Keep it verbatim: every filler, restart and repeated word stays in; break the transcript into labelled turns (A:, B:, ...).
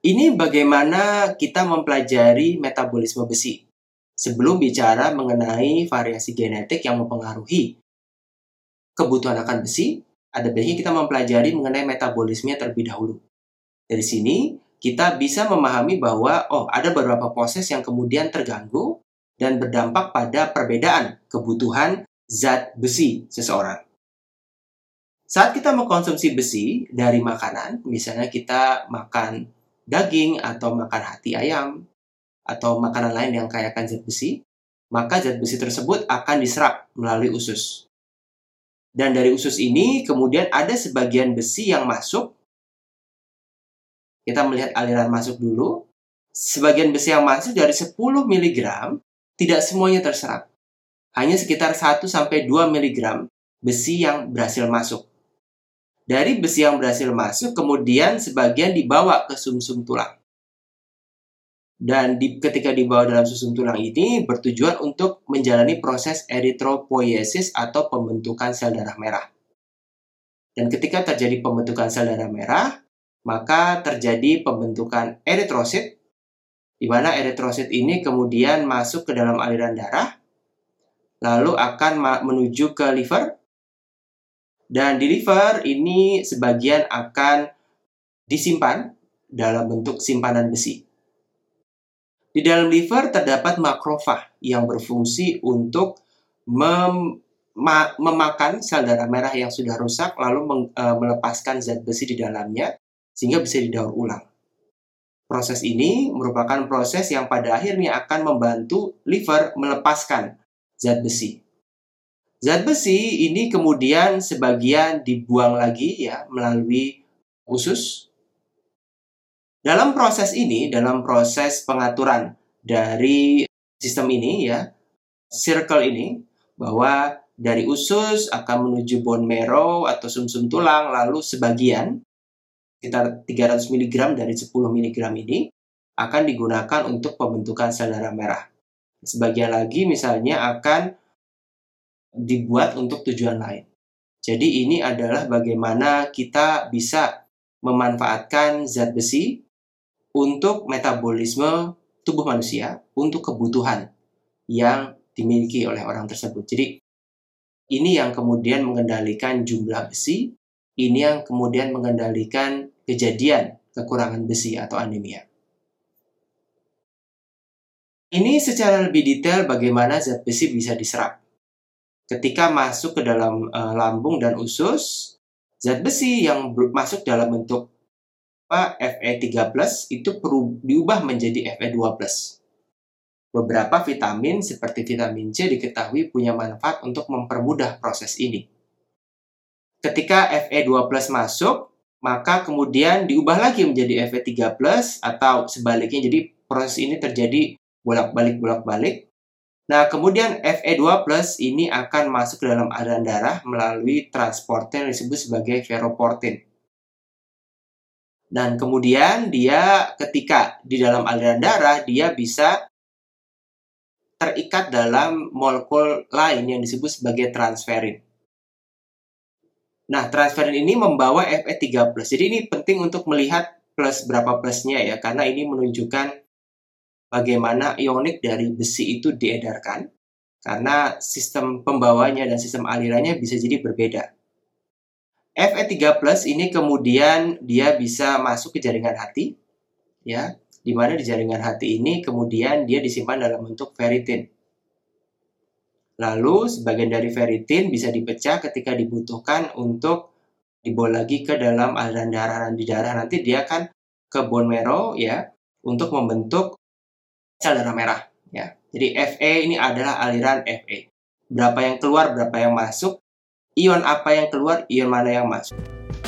A: Ini bagaimana kita mempelajari metabolisme besi. Sebelum bicara mengenai variasi genetik yang mempengaruhi kebutuhan akan besi, ada baiknya kita mempelajari mengenai metabolisme terlebih dahulu. Dari sini, kita bisa memahami bahwa oh, ada beberapa proses yang kemudian terganggu dan berdampak pada perbedaan kebutuhan zat besi seseorang. Saat kita mengkonsumsi besi dari makanan, misalnya kita makan daging atau makan hati ayam atau makanan lain yang kaya akan zat besi, maka zat besi tersebut akan diserap melalui usus. Dan dari usus ini kemudian ada sebagian besi yang masuk. Kita melihat aliran masuk dulu. Sebagian besi yang masuk dari sepuluh miligram tidak semuanya terserap. Hanya sekitar satu sampai dua miligram besi yang berhasil masuk. Dari besi yang berhasil masuk, kemudian sebagian dibawa ke sumsum tulang. Dan di, ketika dibawa dalam sumsum tulang ini bertujuan untuk menjalani proses eritropoiesis atau pembentukan sel darah merah. Dan ketika terjadi pembentukan sel darah merah, maka terjadi pembentukan eritrosit, di mana eritrosit ini kemudian masuk ke dalam aliran darah, lalu akan menuju ke liver. Dan di liver ini sebagian akan disimpan dalam bentuk simpanan besi. Di dalam liver terdapat makrofag yang berfungsi untuk mem ma memakan sel darah merah yang sudah rusak lalu meng, e, melepaskan zat besi di dalamnya sehingga bisa didaur ulang. Proses ini merupakan proses yang pada akhirnya akan membantu liver melepaskan zat besi. Zat besi ini kemudian sebagian dibuang lagi ya melalui usus. Dalam proses ini, dalam proses pengaturan dari sistem ini ya, circle ini, bahwa dari usus akan menuju bone marrow atau sumsum tulang, lalu sebagian, sekitar tiga ratus miligram dari sepuluh miligram ini, akan digunakan untuk pembentukan sel darah merah. Sebagian lagi misalnya akan dibuat untuk tujuan lain. Jadi ini adalah bagaimana kita bisa memanfaatkan zat besi untuk metabolisme tubuh manusia, untuk kebutuhan yang dimiliki oleh orang tersebut. Jadi ini yang kemudian mengendalikan jumlah besi, ini yang kemudian mengendalikan kejadian kekurangan besi atau anemia. Ini secara lebih detail bagaimana zat besi bisa diserap. Ketika masuk ke dalam uh, lambung dan usus, zat besi yang masuk dalam bentuk apa, F E tiga plus itu perlu diubah menjadi F E dua plus. Beberapa vitamin seperti vitamin C diketahui punya manfaat untuk mempermudah proses ini. Ketika F E dua plus masuk, maka kemudian diubah lagi menjadi F E tiga plus atau sebaliknya. Jadi proses ini terjadi bolak-balik bolak-balik. Nah, kemudian F E dua plus ini akan masuk ke dalam aliran darah melalui transporter yang disebut sebagai ferroportin. Dan kemudian dia ketika di dalam aliran darah, dia bisa terikat dalam molekul lain yang disebut sebagai transferin. Nah, transferin ini membawa F E tiga plus. Jadi ini penting untuk melihat plus berapa plusnya ya, karena ini menunjukkan bagaimana ionik dari besi itu diedarkan, karena sistem pembawanya dan sistem alirannya bisa jadi berbeda. F E tiga plus ini kemudian dia bisa masuk ke jaringan hati, ya, di mana di jaringan hati ini kemudian dia disimpan dalam bentuk ferritin. Lalu sebagian dari ferritin bisa dipecah ketika dibutuhkan untuk dibawa lagi ke dalam aliran darah, dan di darah nanti dia akan ke bone marrow ya untuk membentuk sel darah merah ya. Jadi F E ini adalah aliran F E. Berapa yang keluar, berapa yang masuk, ion apa yang keluar, ion mana yang masuk.